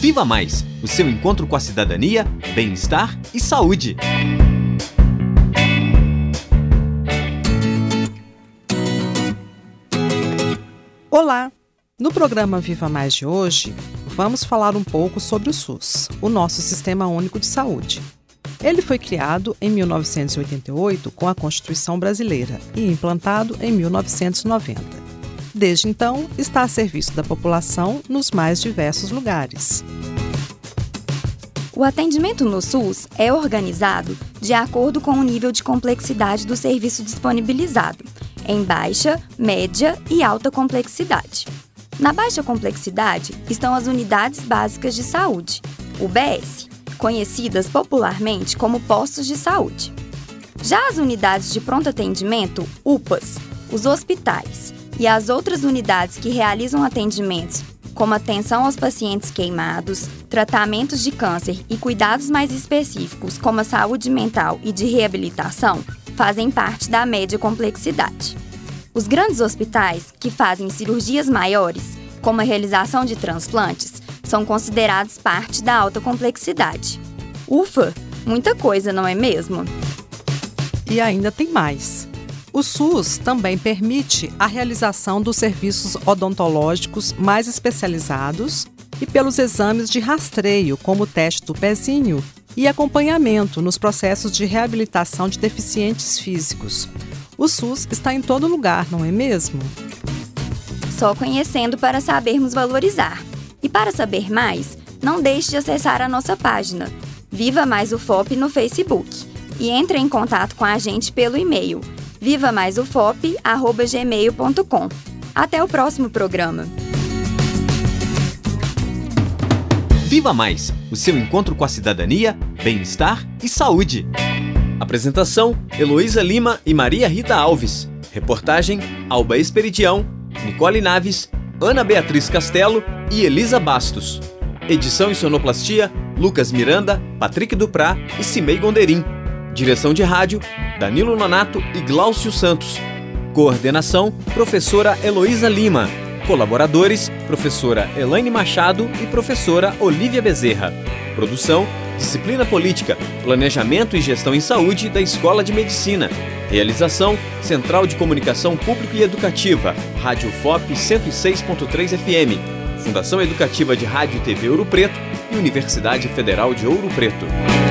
Viva Mais, o seu encontro com a cidadania, bem-estar e saúde. Olá! No programa Viva Mais de hoje, vamos falar um pouco sobre o SUS, o nosso Sistema Único de Saúde. Ele foi criado em 1988 com a Constituição Brasileira e implantado em 1990. Desde então, está a serviço da população nos mais diversos lugares. O atendimento no SUS é organizado de acordo com o nível de complexidade do serviço disponibilizado, em baixa, média e alta complexidade. Na baixa complexidade estão as unidades básicas de saúde, UBS, conhecidas popularmente como postos de saúde. Já as unidades de pronto atendimento, UPAs, os hospitais e as outras unidades que realizam atendimentos, como atenção aos pacientes queimados, tratamentos de câncer e cuidados mais específicos, como a saúde mental e de reabilitação, fazem parte da média complexidade. Os grandes hospitais, que fazem cirurgias maiores, como a realização de transplantes, são considerados parte da alta complexidade. Ufa! Muita coisa, não é mesmo? E ainda tem mais. O SUS também permite a realização dos serviços odontológicos mais especializados e pelos exames de rastreio, como o teste do pezinho, e acompanhamento nos processos de reabilitação de deficientes físicos. O SUS está em todo lugar, não é mesmo? Só conhecendo para sabermos valorizar. E para saber mais, não deixe de acessar a nossa página Viva Mais UFOP no Facebook e entre em contato com a gente pelo e-mail vivamaisufop@gmail.com. Até o próximo programa. Viva Mais, o seu encontro com a cidadania, bem-estar e saúde. Apresentação: Heloísa Lima e Maria Rita Alves. Reportagem: Alba Esperidião, Nicole Naves, Ana Beatriz Castelo e Elisa Bastos. Edição e sonoplastia: Lucas Miranda, Patrick Duprá e Cimei Gonderim. Direção de rádio: Danilo Nonato e Glaucio Santos. Coordenação: Professora Heloísa Lima. Colaboradores: Professora Elaine Machado e Professora Olívia Bezerra. Produção: Disciplina Política, Planejamento e Gestão em Saúde da Escola de Medicina. Realização: Central de Comunicação Pública e Educativa, Rádio FOP 106.3 FM, Fundação Educativa de Rádio e TV Ouro Preto e Universidade Federal de Ouro Preto.